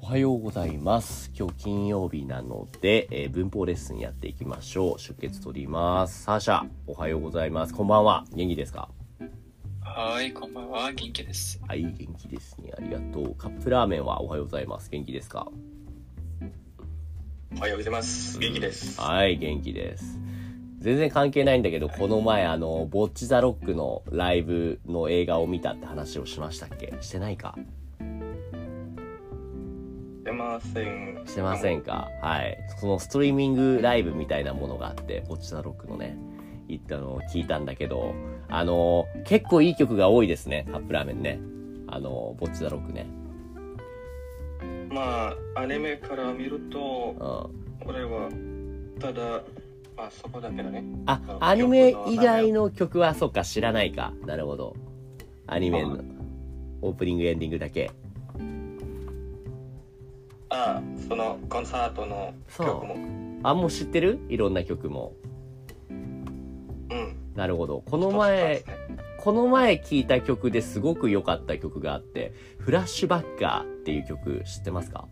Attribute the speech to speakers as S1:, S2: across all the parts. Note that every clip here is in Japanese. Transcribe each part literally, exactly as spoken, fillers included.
S1: はようございます。今日金曜日なので、えー、文法レッスンやっていきましょう。出血取ります。サーシャ、おはようございます。こんばんは。元気ですか？
S2: はい、こんばんは。元気です。
S1: はい、元気ですね。ありがとう。カップラーメンはおはようございます。元気ですか？
S3: おはようございます。元気です。
S1: うん、はい、元気です。全然関係ないんだけど、この前あのボッチザロックのライブの映画を見たって話をしましたっけ？してないか？
S3: してません。
S1: してませんか？はい。そのストリーミングライブみたいなものがあって、ボッチザロックのね、行ったのを聞いたんだけど、あの結構いい曲が多いですね。カップラーメンね。あのボッチザロックね。
S3: まあアニメから見ると、
S1: うん、
S3: これはただまあそこだけだね。
S1: あ、アニメ以外の曲はそっか知らないか。なるほど。アニメのオープニングエンディングだけ。
S3: ああ、そのコンサートの曲も。
S1: あ、もう知ってる？いろんな曲も。
S3: うん。
S1: なるほど。この前、この前聴いた曲ですごく良かった曲があって、フラッシュバッカーっていう曲知ってますか？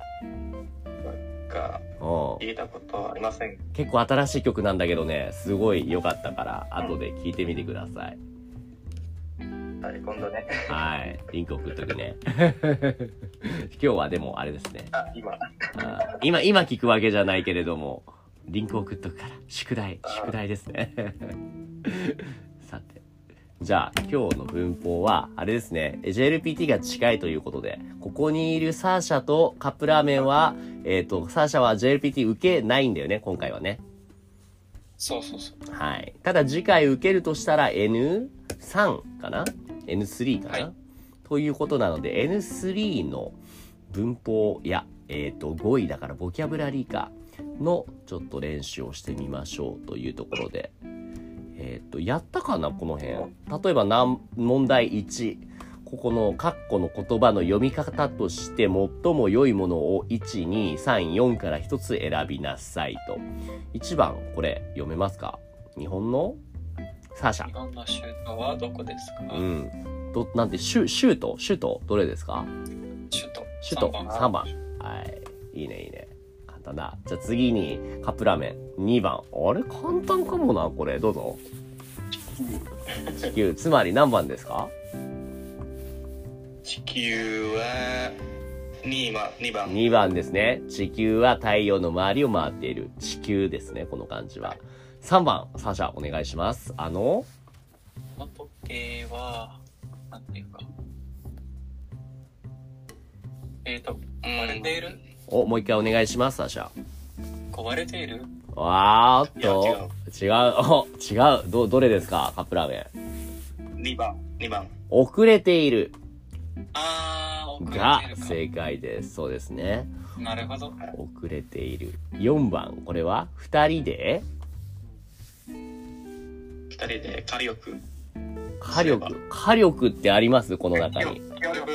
S3: か聞いたことありません。
S1: 結構新しい曲なんだけどね、すごい良かったから後で聞いてみてください。
S3: はい、今度ね。
S1: はい、リンク送っとくね。今日はでもあれですね。
S3: あ、今。
S1: あ今今聞くわけじゃないけれども、リンク送っとくから宿題宿題ですね。さて。じゃあ今日の文法はあれですね。ジェーエルピーティー が近いということで、ここにいるサーシャとカップラーメンは、えっと、サーシャは ジェーエルピーティー 受けないんだよね、今回はね。
S2: そうそうそう。
S1: はい。ただ次回受けるとしたら エヌスリー かな ?エヌスリー かな、はい、ということなので エヌスリー の文法や、えっと、語彙だからボキャブラリーかのちょっと練習をしてみましょうというところで、えっと、やったかなこの辺。例えば難問題いち。ここの括弧の言葉の読み方として最も良いものをいち、に、さん、よんからひとつ選びなさいと。いちばん、これ読めますか？日本のサーシャ。
S2: 日本のシュートはどこですか？
S1: うん。ど、なんて、シュ、シュートシュートどれですか？
S2: シュート。
S1: シュート。さんばん。はい。いいね、いいね。簡単だ。じゃあ次に、カップラーメン。にばん。あれ簡単かもな、これ。どうぞ。地球。つまり何番ですか？
S3: 地球はにばん。にばん。
S1: にばんですね。地球は太陽の周りを回っている。地球ですね、この漢字は。さんばん、サーシャ、お願いします。あの
S2: この時計は、なんていうか。えっ、ー、と、割れている？
S1: お、もう一回お願いします、サーシャ。
S2: 壊れている？
S1: わーっと。違う。違う。お、違う。ど、どれですか、カップラーメ
S3: ン。にばん。にばん。
S1: 遅れている。
S2: あー、遅れている
S1: が
S2: か。
S1: 正解です。そうですね。
S2: なるほど。
S1: 遅れている。よんばん、これは二人で
S3: 二人で火力。
S1: 火力。火力ってあります？この中に。
S3: 強力。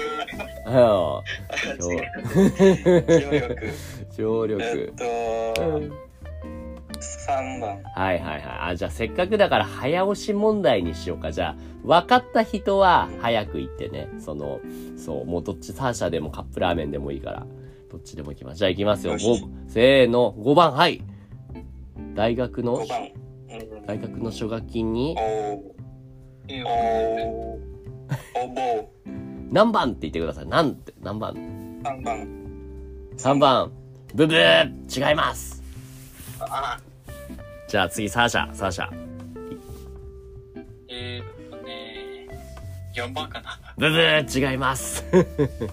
S1: 強力。強力。
S3: えっと、さんばん。
S1: はいはいはい。あ、じゃあせっかくだから早押し問題にしようか。じゃあ、分かった人は早く言ってね。その、そう、もうどっち、サーシャでもカップラーメンでもいいから。どっちでも行きます。じゃあ行きますよ。ご、せーの、ごばん、はい。大学の、大学の奨学金に、
S3: おー、おー、
S1: 何番って言ってください。なんて、何番？
S3: さんばん。
S1: さんばん。ブブー違います。
S3: あ
S1: じゃあ次、サーシャ、サーシャ。
S2: えーっとね、よんばんかな。
S1: ブブー違います。
S2: えー、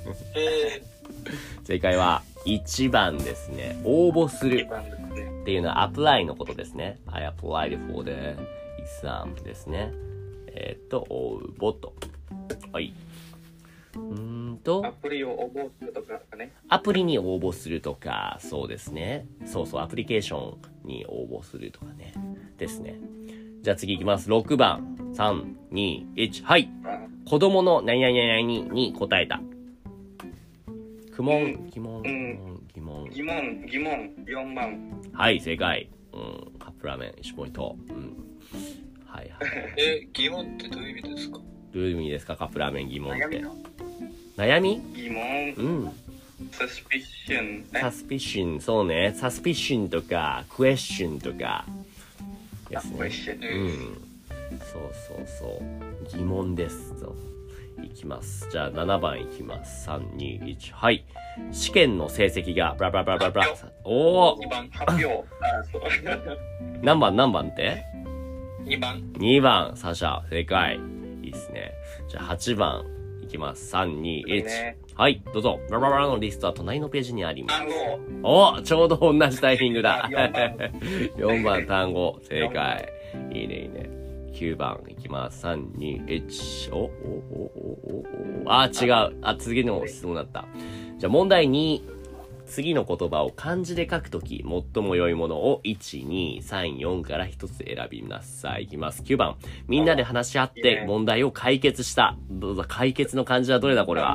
S1: 正解はいちばんですね。応募するっていうのはアプライのことですね。I applied for the exam ですね。えー、っと、応募と。はい。うーんと、
S3: アプリを応募するとかね。
S1: アプリに応募するとか、そうですね。そうそう、アプリケーションに応募するとかね。ですね。じゃあ次行きます。ろくばん。さん、に、いち。はい。子供の何々々に答えた。苦問、疑問、疑問。
S3: 疑問、疑問、よんばん。
S1: はい、正解。うん、カップラーメンいちポイント。うん。はいはい。
S2: え、疑問ってどういう意味ですか？
S1: どういう意味ですか、カップラーメン疑問って。
S3: 悩みの
S1: 悩み？
S3: 疑問。
S1: うん。
S3: suspicion ね。
S1: サスピション、そうね。サスピションとか、クエスチョンとかですね。
S3: question
S1: うん。そうそうそう。疑問ですと。いきます。じゃあななばんいきます。さん、に、いち。はい。試験の成績が、ブラブラブラブラブラ。おー
S3: にばん発表。あ、そう。
S1: 何番何番って ?
S2: にばん。
S1: にばん、サシャ、正解。いいっすね。じゃあはちばんいきます。さん、に、いち。
S3: ね、
S1: はい、どうぞ。ブラブラブラのリストは隣のページにあります。
S3: 単語。
S1: お、ちょうど同じタイミングだ。
S3: よんばん
S1: よんばん単語、正解。いいね、いいね。きゅうばんいきます。さん、に、いち。お、お、お、お、お、お。あ、違う。あ、次の質問だった。じゃあ問題に、次の言葉を漢字で書くとき、最も良いものをいち、に、さん、よんからひとつ選びなさい。いきます。きゅうばん。みんなで話し合って問題を解決した。どうぞ、解決の漢字はどれだこれは。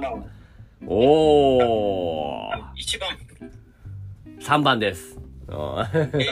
S1: おー。
S2: いちばん。
S1: さんばんです。うんはいはいはいはい。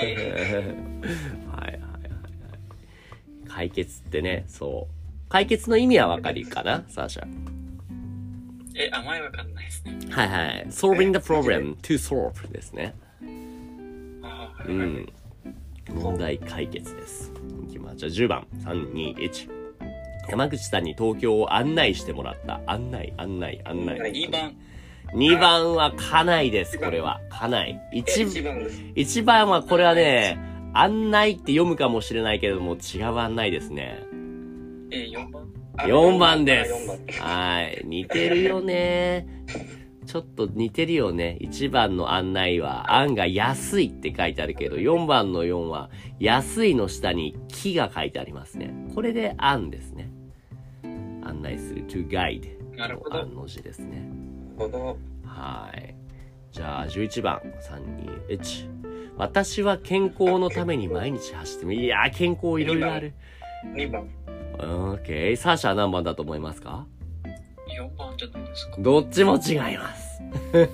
S1: 解決ってね、そう。解決の意味はわかるかなサーシャ。
S2: え、あまりわかんないですね。
S1: はいはい。solving the problem to solve ですね。
S2: あ
S1: うん。問題解決です。いきます。じゃあじゅうばん。さん、に、いち。山口さんに東京を案内してもらった。案内、案内、案内。
S2: にばん。
S1: にばんは家内です、これは。家内。
S3: 一
S1: 一
S3: 番です。
S1: 一番はこれはね、案内って読むかもしれないけれども違う案内ですね。
S2: え、よんばん。
S1: よんばんで
S3: よんばん
S1: す。はい。似てるよね。ちょっと似てるよね。いちばんの案内は、案が安いって書いてあるけど、よんばんのよんは、安いの下に木が書いてありますね。これで案ですね。案内する to guide
S2: なるほど
S1: の案の字ですね。
S3: ほど。
S1: はい。じゃあ、じゅういちばん。さん、に、いち。私は健康のために毎日走っても、いやー、健康いろいろある。
S3: にばん。
S1: オッケー。サーシャは何番だと思いますか？
S2: よんばんじゃないですか。
S1: どっちも違います。
S2: え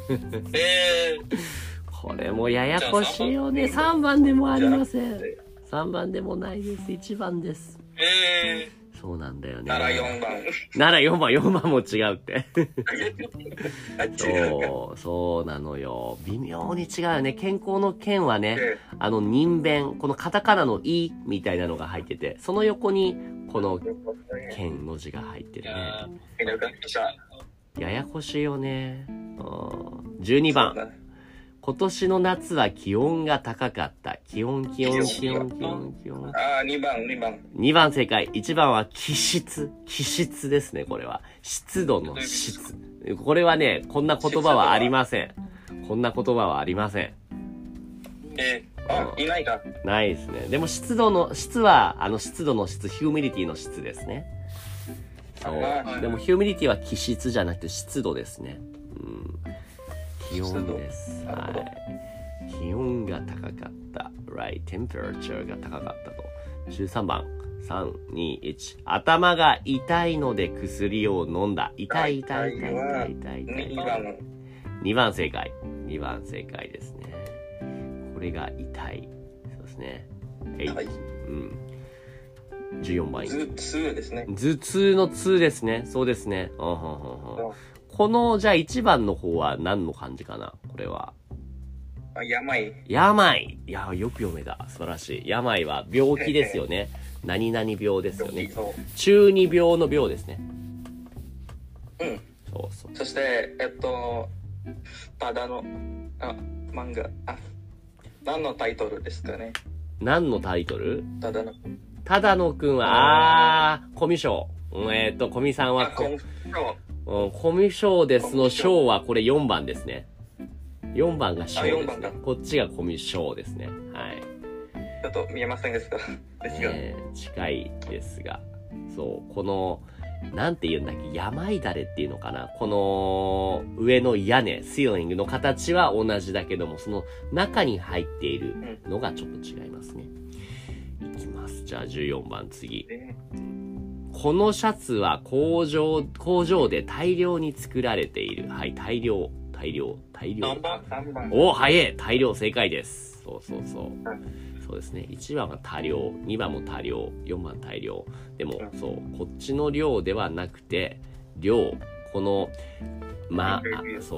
S1: これもややこしいよね。さんばんでもありません
S3: じゃ。
S1: さんばんでもないです。いちばんです。
S2: ー、え
S1: そうなんだよね。
S3: ならよんばん。
S1: ならよんばん、よんばんも違うって。
S3: あ、違う。
S1: そう、そうなのよ。微妙に違うよね。健康の健はね、あの人弁、このカタカナのイみたいなのが入ってて、その横にこの健の字が入って
S2: ー、い
S1: るね。
S2: や
S3: みんなが来た。
S1: ややこしいよね。うんじゅうにばん。今年の夏は気温が高かった。気温、気温、気温、気温、気温。
S3: あ、にばん、にばん。
S1: にばん正解。いちばんは気湿。気湿ですね、これは。湿度の湿。これはね、こんな言葉はありません。こんな言葉はありません。
S3: えー、あ、いないか。
S1: ないですね。でも湿度の、湿は、あの湿度の湿、ヒューミディティの湿ですね。そ
S3: あ
S1: う。でもヒューミディティは気湿じゃなくて湿度ですね。うん。気温です。
S3: なるほど
S1: はい。気温が高かった。right, temperature が高かったと。じゅうさんばん。さん、に、いち。頭が痛いので薬を飲んだ。痛い痛い痛い痛い痛い痛い
S3: にばん。
S1: にばん正解。にばん正解ですね。これが痛い。そうですね。えい。
S3: はい
S1: うん。じゅうよんばん。
S3: ず、つですね。
S1: 頭痛の痛ですね。そうですね。うんうんうんうんこの、じゃあいちばんの方は何の漢字かなこれは。
S3: あ、病。
S1: 病。いや、よく読めた。素晴らしい。病は病気ですよね。何々病ですよね。
S3: そ
S1: 中二病の病ですね。
S3: う。うん。
S1: そうそう。
S3: そして、えっと、ただの、あ、漫画、あ、何のタイトルですかね。
S1: 何のタイトル？
S3: ただの。
S1: ただのくんは、あー、コミュ障。うんえっ、と、コミさんは
S3: あ、コンフロ
S1: うん、コミュ障ですの障はこれよんばんですね。よんばんが障です
S3: あよんばんだ。
S1: ねこっちがコミュ障ですね。はい。
S3: ちょっと見えませんですかですが。
S1: えー近いですが。そう、この、なんて言うんだっけ、病だれっていうのかな。この、上の屋根、シーリングの形は同じだけども、その中に入っているのがちょっと違いますね。いきます。じゃあじゅうよんばん次。
S3: ね
S1: このシャツは工場、工場で大量に作られている。はい、大量、大量、大量
S2: 何。番？
S3: さんばん。
S1: お、早い大量正解です。そうそうそう。
S3: はい
S1: そうですね。いちばんは多量、にばんも多量、よんばん大量。でも、そう、こっちの量ではなくて、量、この、ま、あそう、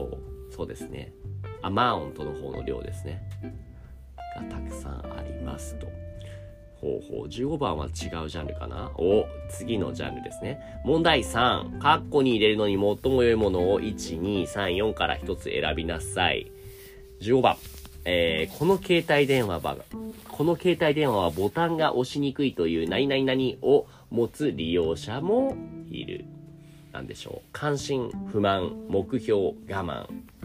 S1: そうですね。アマウントの方の量ですね。がたくさんありますと。ほうほう。じゅうごばんは違うジャンルかな。お、次のジャンルですね。問題さん。カッコに入れるのに最も良いものをいち、に、さん、よんからひとつ選びなさい。じゅうごばん。えー、この携帯電話は、この携帯電話はボタンが押しにくいという何々々を持つ利用者もいる。なんでしょう。関心、不満、目標、我慢。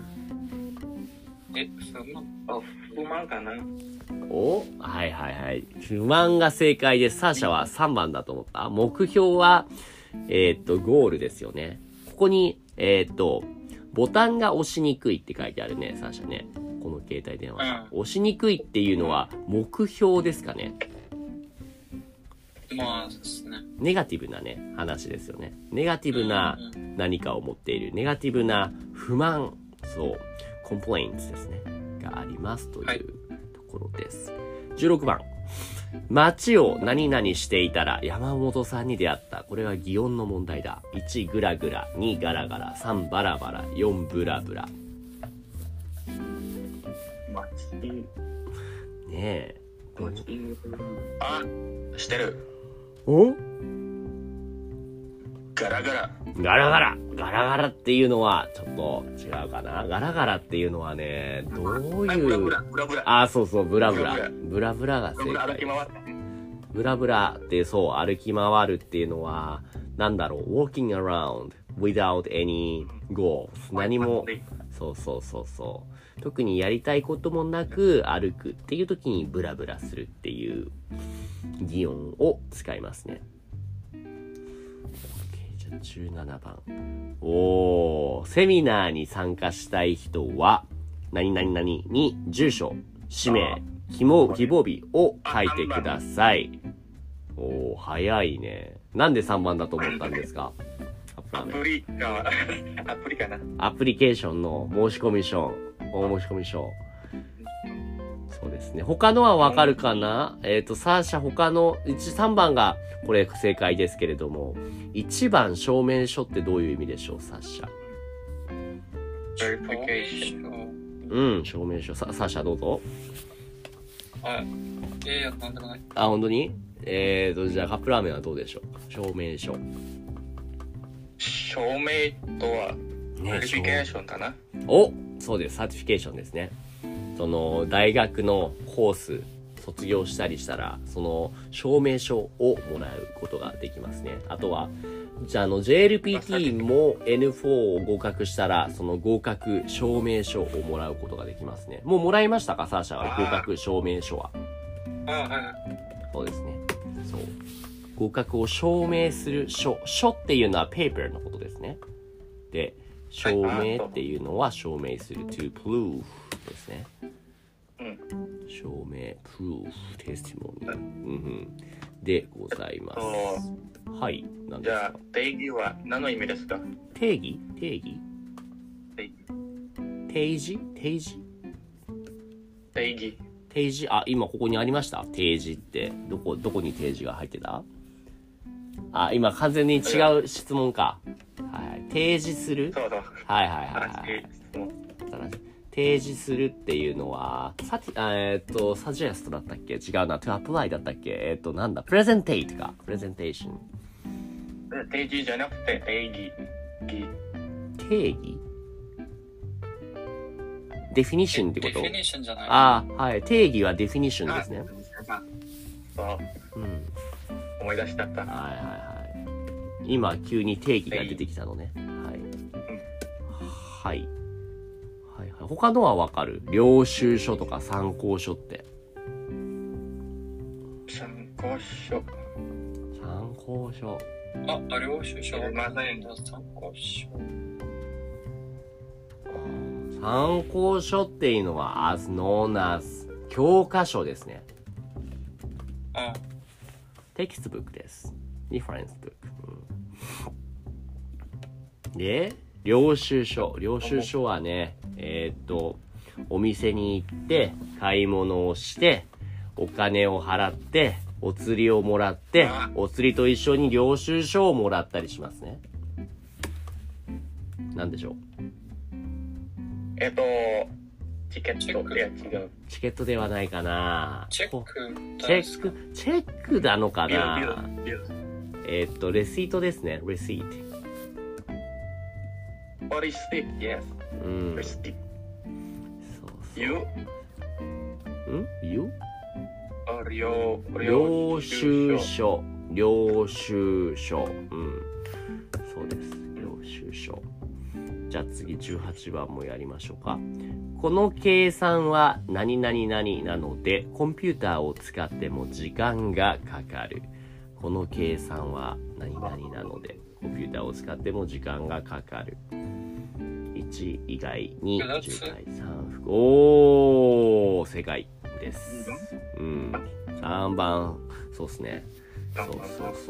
S2: え、不満
S3: あ、不満かな。
S1: お、はいはいはい。不満が正解で、サーシャはさんばんだと思った。目標は、えー、っと、ゴールですよね。ここに、えー、っと、ボタンが押しにくいって書いてあるね、サーシャね。この携帯電話。
S2: うん、
S1: 押しにくいっていうのは目標ですかね。
S2: まあそうですね。
S1: ネガティブなね、話ですよね。ネガティブな何かを持っている。ネガティブな不満、そう、コンプレインツですね。がありますというところです。はい、じゅうろくばん。街を何々していたら山本さんに出会った。これは擬音の問題だ。いち、グラグラ。に、ガラガラ。さん、バラバラ。よん、ブラブラ。ねえ。
S3: あ、してる。
S1: お？
S3: ガラガラ。
S1: ガラガラ。ガラガラっていうのは、ちょっと違うかな。ガラガラっていうのはね、どういう。
S3: ブラブラ、ブラブラ。
S1: あ、そうそう、ブラブラ。ブラブラが正解。
S3: 歩き回って。
S1: ブラブラって、そう、歩き回るっていうのは、なんだろう、walking around without any goals。何も、そうそうそうそう。特にやりたいこともなく歩くっていう時にブラブラするっていう擬音を使いますね。OK、じゃあじゅうななばん。おー、セミナーに参加したい人は、何々々に住所、氏名、希望、希望日を書いてください。おー、早いね。なんでさんばんだと思ったんですか？
S3: アプリか、アプリかな。
S1: アプリケーションの申し込み書。お申し込み書。そうですね。他のはわかるかな？えっと、サーシャ他の、いち、さんばんがこれ正解ですけれども、いちばん証明書ってどういう意味でしょう、サーシャ。
S2: Verification。
S1: うん、証明書。さ、サーシャどうぞ。
S2: あ、ええー、なんでもない。
S1: あ、本当に？えーと、じゃあカップラーメンはどうでしょう？証明書。
S3: 証明とは、
S1: ね、
S3: ベリフィケーションかな。
S1: お、そうです。サーティフィケーションですね。その、大学のコース、卒業したりしたら、その、証明書をもらうことができますね。あとは、じゃあ、あの、ジェイエルピーティー も エヌフォー を合格したら、その合格証明書をもらうことができますね。もうもらいましたか、サーシャは？合格証明書は。
S2: あ、はいはい。
S1: そうですね。そう。合格を証明する書。書っていうのは paper のことですね。で、証明っていうのは証明する to prove ですね。
S3: うん。
S1: 証明、proof、testimony、うんうん、でございます。はい。何ですか？
S3: じゃあ、定義は何の意味ですか？
S1: 定義？定義？
S3: 定
S1: 提示？提示？
S3: 定義。
S1: 提示、あ、今ここにありました？提示って、どこ、どこに提示が入ってた？あ、今完全に違う質問か。はい。提示する？
S3: そうそう。
S1: はいはいはいはい。提示するっていうのは、サティ、あえっと、サジェストだったっけ？違うな。to apply だったっけ？えっと、なんだ。プレゼンテイトか。プレゼンテーション。
S3: 定義じゃなくて定義。
S1: 定義？デフィニッションってこと？
S2: デフィニッションじゃない。
S1: ああ、はい。定義はデフィニッションですね。
S3: そう。うん。思い出しちゃった。
S1: はいはいはい。今、急に定義が出てきたのね。はい。うん、はい。はいはい。他のはわかる？領収書とか参考書って。
S3: 参考書。
S1: 参考書。
S2: あ、あ、領収書。まずいんだ、参考書。
S1: 参考書っていうのは as known as 教科書ですね。
S2: ああ。
S1: テキストブックです。リファレンスブック。うん、で、領収書。領収書はね、えー、っと、お店に行って買い物をしてお金を払ってお釣りをもらってお釣りと一緒に領収書をもらったりしますね。なんでしょう？
S3: えっと、チケット。
S2: チェック
S3: いや、違う。
S1: チケットではないかな。
S2: チェック
S1: チェック、チェックなのか
S3: ビル、
S1: な。
S3: ビル、ビル。
S1: えーっと、レシートですね。レシート。
S3: Oh, receipt, yes.
S1: うん。
S3: Receipt.
S1: そうそう。
S3: You?
S1: ん ?You?
S3: あ、領、
S1: 領収書。領収書。うん。そうです。領収書。じゃあ次じゅうはちばんもやりましょうか。この計算は何々々なので、コンピューターを使っても時間がかかる。この計算は何々なので、コンピューターを使っても時間がかかる。いち以外にじゅうかいさん複。おー、正解です。うん。さんばん、そうっすね。そうそうそう。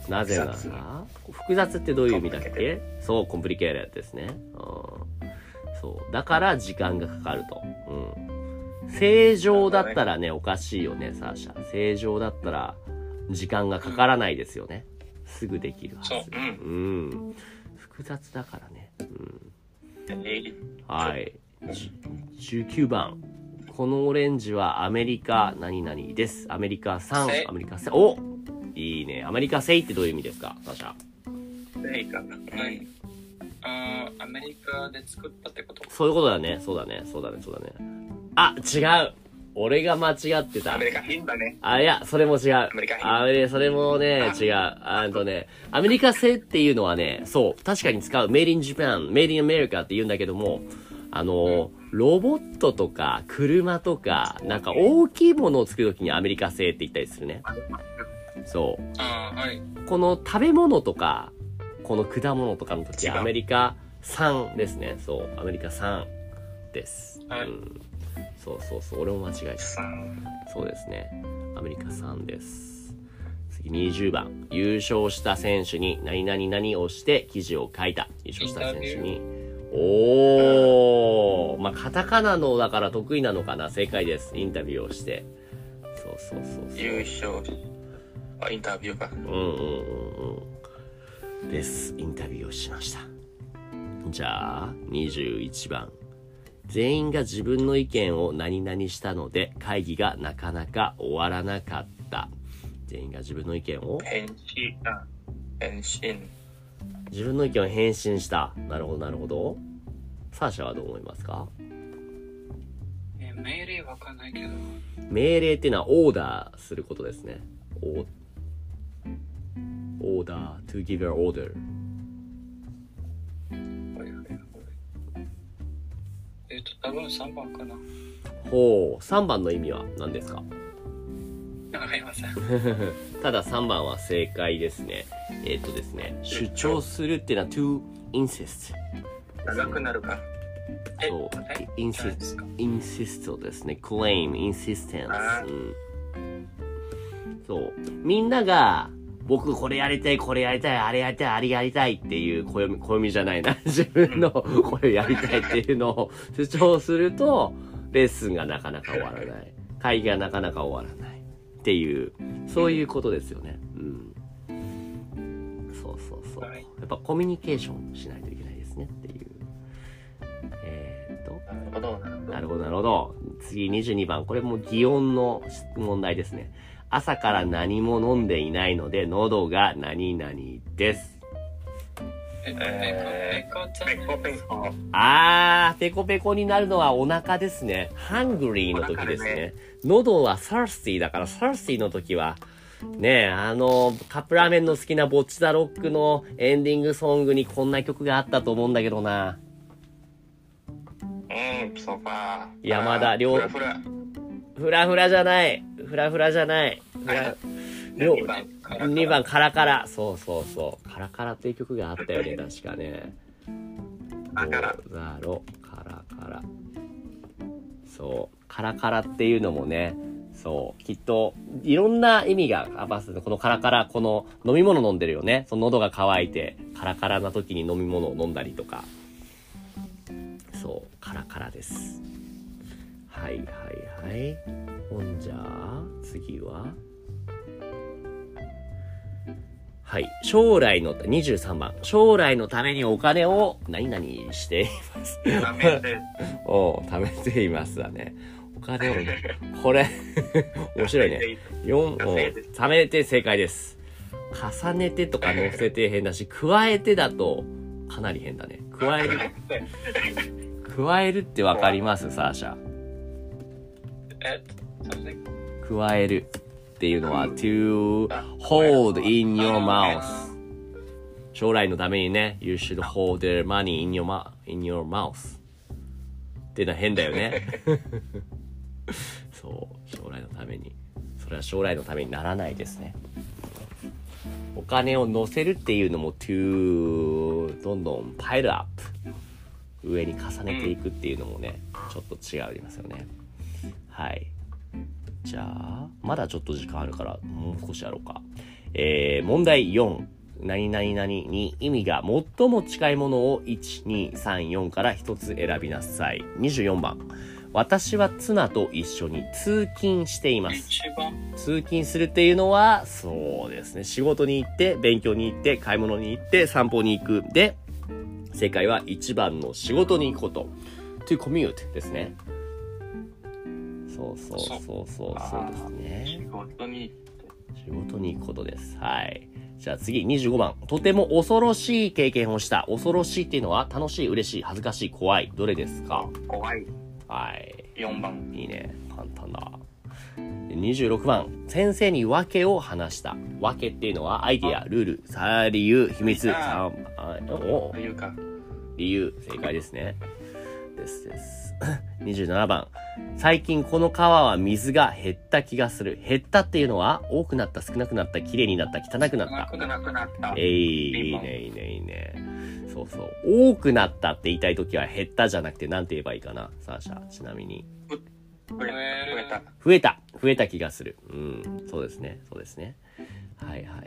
S1: なぜなら、複雑ってどういう意味だっけ？そう、コンプリケーテッドですね。うん。そう。だから時間がかかると。うん。正常だったらね、おかしいよね、サーシャ。正常だったら時間がかからないですよね。すぐできるはず。
S2: そう。
S1: うん。複雑だからね。うん。はい。じゅうきゅうばん。このオレンジはアメリカ何々です。アメリカさん。アメリカさん。お、いいね。アメリカセイってどういう意味ですか、サシャ。
S3: セイかな。
S2: はい。あー、アメリカで作ったってこと？
S1: そういうことだね。そうだね。そうだね。そうだね。あ、違う。俺が間違ってた。
S3: アメリカ品だね。
S1: あ、いや、それも違う。
S3: アメリカ品。
S1: あれ、それもね、違う。あとね、アメリカ製っていうのはね、そう、確かに使う。Made in Japan、Made in America って言うんだけども、あの、ロボットとか、車とか、なんか大きいものを作るときにアメリカ製って言ったりするね。そう。
S2: あー、はい。
S1: この食べ物とか、この果物とかの時はアメリカ産ですね。そう、アメリカ産です。
S2: はい。
S1: うん、そうそうそう、俺も間違えた。そうですね。アメリカ産です。次にじゅうばん。優勝した選手に何々々をして記事を書いた。優勝した選手に。おー。まあ、カタカナのだから得意なのかな。正解です。インタビューをして。そうそうそうそう。
S3: 優勝。あ、インタビューか。
S1: うんうんうんうん。です。インタビューをしました。じゃあ、にじゅういちばん。全員が自分の意見を何々したので会議がなかなか終わらなかった。全員が自分の意見を
S3: 返信。あ、返信。
S1: 自分の意見を返信した。なるほどなるほど。サーシャはどう思いますか？
S2: え、命令わかんないけど。
S1: 命令っていうのはオーダーすることですね。オーダー to give an order。
S2: えっと、多分さんばんかな。
S1: ほう、さんばんの意味は何ですか？
S2: わかりません。
S1: たださんばんは正解ですね。えっとですね、主張するっていうのは to insist。
S3: 長くなるか。
S1: そう、insist、insist ですね。claim、insistence。うん、そう。みんなが、僕これやりたい、これやりたい、あれやりたい、あれやりたいっていう暦、暦じゃないな。自分のこれやりたいっていうのを主張すると、レッスンがなかなか終わらない。会議がなかなか終わらない。っていう、そういうことですよね。うん。そうそうそう。やっぱコミュニケーションしないといけないですねっていう。えー、っと。
S3: なるほど、なるほど。
S1: なるほど、なるほど。次にじゅうにばん。これも擬音の問題ですね。朝から何も飲んでいないので喉が何々です。
S2: えっと、ペコペコ
S3: ペコペコ。
S1: あー、ペコペコになるのはお腹ですね。ハングリーの時ですね。ね、喉は thirsty だから、thirsty の時は、ねえ、あの、カップラーメンの好きなボッチザロックのエンディングソングにこんな曲があったと思うんだけどな。
S3: うん、そうか。
S1: 山田亮。
S3: フラフラ。
S1: フラフラじゃない。フラフラじゃない。フラ
S3: にばん。
S1: にばんカラカラ。そうそうそう。カラカラっていう曲があったよね、確かね。
S3: カラカラ。
S1: ザロ、カラカラ。そう。カラカラっていうのもね、そう。きっと、いろんな意味があります。このカラカラ、この飲み物飲んでるよね。その喉が渇いて、カラカラな時に飲み物を飲んだりとか。そう。カラカラです。はいはいはい。ほんじゃあ、次ははい。将来の、にじゅうさんばん。将来のためにお金を何々しています。
S3: ダメで
S1: おう、貯めていますだね。お金を、これ、面白いね。よん、おう貯めて正解です。重ねてとか乗せて変だし、加えてだとかなり変だね。加える。加えるってわかりますサーシャ。
S2: え、something?
S1: 加えるっていうのは to hold in your mouth。将来のためにね、you should hold their money in your, ma- in your mouth。っていうのは変だよね。そう、将来のために。それは将来のためにならないですね。お金を乗せるっていうのも to どんどん pile up 上に重ねていくっていうのもね、ちょっと違いありますよね。はい。じゃあまだちょっと時間あるからもう少しやろうか。えー、問題よん。何々々に意味が最も近いものをいち、に、さん、よんからひとつ選びなさい。にじゅうよんばん。私は妻と一緒に通勤しています。
S2: 一番
S1: 通勤するっていうのは、そうですね。仕事に行って、勉強に行って、買い物に行って、散歩に行く。で、正解はいちばんの仕事に行くこと。to commute ですね。そうそうそうそうそうですね。
S3: 仕事に
S1: 仕事に行くことです。はい。じゃあ次、にじゅうごばん。とても恐ろしい経験をした。恐ろしいっていうのは、楽しい、嬉しい、恥ずかしい、怖い。どれですか？
S3: 怖い。
S1: はい。
S3: よんばん。
S1: いいね。簡単だ。にじゅうろくばん。先生に訳を話した。訳っていうのは、アイディア、ルール、さ理由、秘密、さあお
S3: というか。
S1: 理由。正解ですね。ですです。にじゅうななばん。最近この川は水が減った気がする。減ったっていうのは、多くなった、少なくなった、綺麗になった、汚くなった。
S3: 少なくなった。
S1: えー、いいね、いいね、いいね。そうそう。多くなったって言いたいときは減ったじゃなくて、なんて言えばいいかな。サーシャ、ちなみに。
S3: 増えた。
S1: 増えた。増えた気がする。うん。そうですね。そうですね。はいはいはい。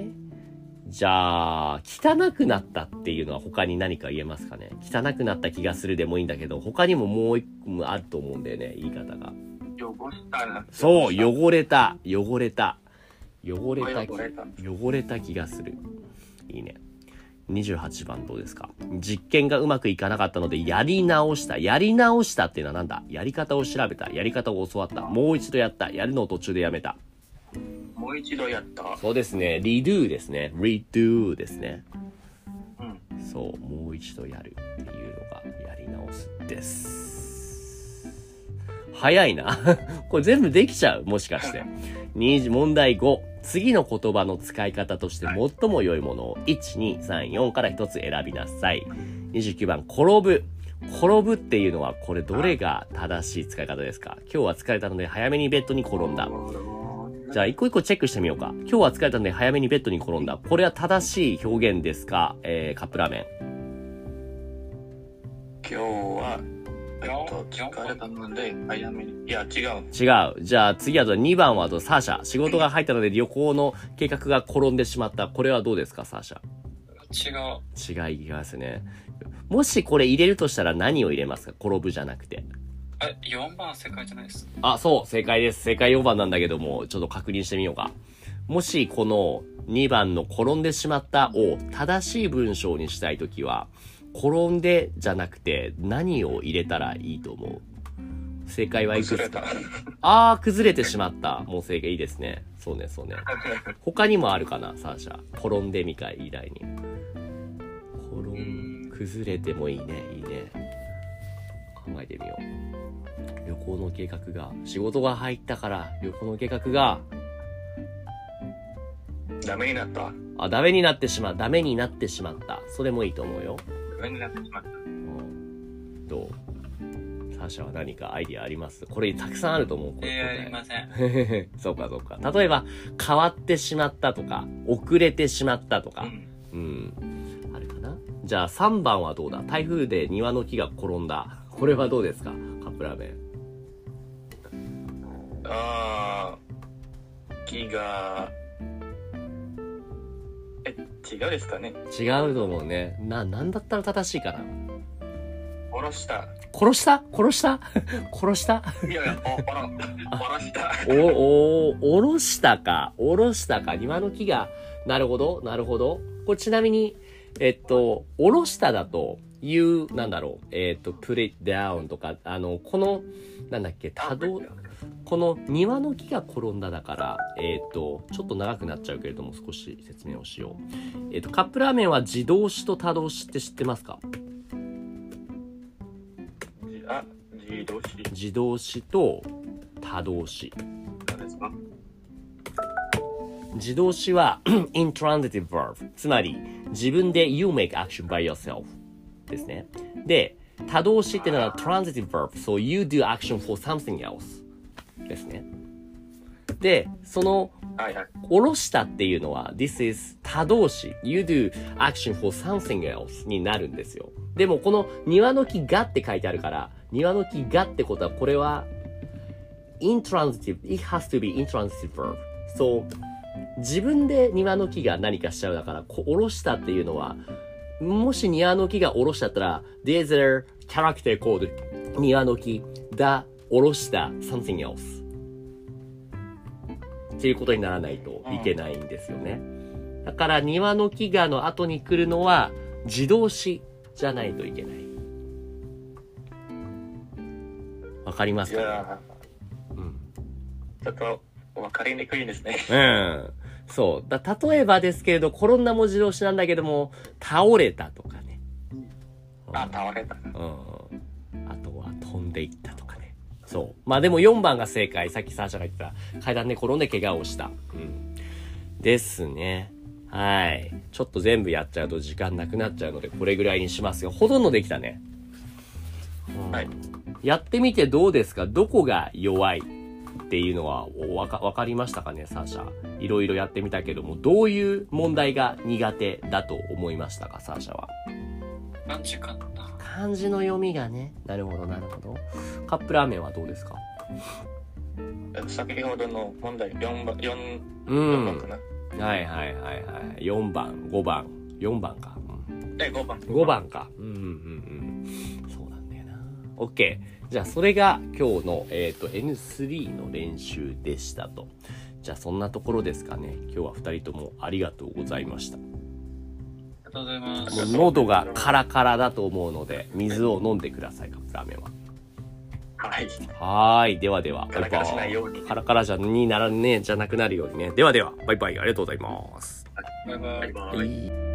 S1: じゃあ、汚くなったっていうのは他に何か言えますかね。汚くなった気がするでもいいんだけど、他にももう一個あると思うんだよね。言い方が。
S3: 汚したな。
S1: そう、汚れた。汚れた。汚れた。
S3: 汚れた。
S1: 汚れた気がする。いいね。にじゅうはちばんどうですか？実験がうまくいかなかったのでやり直した。やり直したっていうのはなんだ？やり方を調べた。やり方を教わった。もう一度やった。やるのを途中でやめた。
S3: もう一度やった。
S1: そうですね。redo ですね。redo ですね。
S3: うん。
S1: そう。もう一度やるっていうのがやり直すです。早いな。これ全部できちゃう。もしかして。に問題ご。次の言葉の使い方として最も良いものをいち、に、さん、よんからひとつ選びなさい。にじゅうきゅうばん、転ぶ。転ぶっていうのはこれどれが正しい使い方ですか？今日は疲れたので早めにベッドに転んだ。じゃあ一個一個チェックしてみようか。今日は疲れたので早めにベッドに転んだ。これは正しい表現ですか？えー、カップラーメン。
S3: 今日は、えっと、疲れたので早めに。いや、違う。
S1: 違う。じゃあ次はにばんはとサーシャ。仕事が入ったので旅行の計画が転んでしまった。これはどうですか、サーシャ？
S2: 違う。
S1: 違いますね。もしこれ入れるとしたら何を入れますか？転ぶじゃなくて。
S2: え、よんばん正解じゃないです。
S1: あ、そう、正解です。正解よんばんなんだけども、ちょっと確認してみようか。もしこのにばんの転んでしまったを正しい文章にしたいときは、転んでじゃなくて何を入れたらいいと思う？正解はいくつか？あー、崩れてしまった。もう正解いいですね。そうね、そうね。他にもあるかな、サーシャ。転んでみか以外に。転ん、崩れてもいいね、いいね。考えてみよう。旅行の計画が、仕事が入ったから旅行の計画が、
S3: ダメになった。
S1: あ、ダメになってしまう。ダメになってしまった。それもいいと思うよ。
S3: ダメになってしまった。
S1: うん、どう？サーシャは何かアイディアあります？これたくさんあると思う。これ
S2: えー、ありません。
S1: そうかそうか。例えば、変わってしまったとか、遅れてしまったとか。うん。うん、あるかな？じゃあさんばんはどうだ？台風で庭の木が転んだ。これはどうですか？カップラーメン。
S3: あー、木が、え、違うですかね？
S1: 違うと思うね。な、なんだったら正しいかな？
S3: 殺した。
S1: 殺した殺した殺した
S3: いやいや、お、殺、殺した。
S1: お、お、おろしたか。おろしたか。庭の木がなるほど、なるほど。これちなみに、えっと、おろしただと、you、なんだろう、えっと、put it down とか、あの、この、なんだっけ、多動、この庭の木が転んだだから、えっと、ちょっと長くなっちゃうけれども、少し説明をしよう。えっと、カップラーメンは自動詞と多動詞って知ってますか？
S3: あ、自動詞。
S1: 自動詞と多動詞。
S3: 何ですか？
S1: 自動詞はintransitive verb。つまり、自分で you make action by yourself ですね。で、多動詞っていうのは transitive verb。So you do action for something else ですね。で、その、
S3: はいはい。
S1: 下ろしたっていうのは this is 多動詞 you do action for something else になるんですよ。でもこの庭の木がって書いてあるから庭の木がってことはこれは intransitive it has to be intransitive verb so 自分で庭の木が何かしちゃうだからこ下ろしたっていうのはもし庭の木が下ろしちゃったら there's a character called 庭の木だ下ろした something elseっていうことにならないといけないんですよね。だから庭の木がの後に来るのは自動詞じゃないといけない。わかりますかね？
S3: いやー、うん、ちょっとわかりにくいですね。
S1: うん。そう。だ例えばですけれど、転んだも自動詞なんだけども、倒れたとかね。
S3: あ、倒れた。
S1: うん。あとは飛んでいったとかね。そう。まあでもよんばんが正解。さっきサーシャが言ってた階段で転んで怪我をした。うん。ですね。はい。ちょっと全部やっちゃうと時間なくなっちゃうので、これぐらいにしますよ。ほとんどできたね。うん、
S3: はい。
S1: やってみてどうですか？どこが弱いっていうのはわか、わかりましたかね、サーシャ。いろいろやってみたけども、どういう問題が苦手だと思いましたか、サーシャは。
S2: 漢字かな。
S1: 漢字の読みがね。なるほど、なるほど。カップラーメンはどうですか？
S3: 先ほどの問題よんばん、よん、
S1: うん。
S3: よんばんかな。
S1: はいはいはいはい。よんばん、ごばん、よんばんか。うん、
S3: え、ごばん。
S1: ごばんか。うんうんうんうん。そうなんだよな。OK。じゃあそれが今日の、えっと エヌスリー の練習でしたと。じゃあそんなところですかね。今日はふたりともありがとうございました。
S2: ありがとうございます。
S1: もう喉がカラカラだと思うので、水を飲んでください、カップラーメンは。
S3: はい。
S1: はーい。ではでは。
S3: カラカラしないように。
S1: カラカラじゃにならねえ、じゃなくなるようにね。ではでは、バイバイ。ありがとうございます。
S2: バイバイ。
S3: バイバイ。
S1: はい。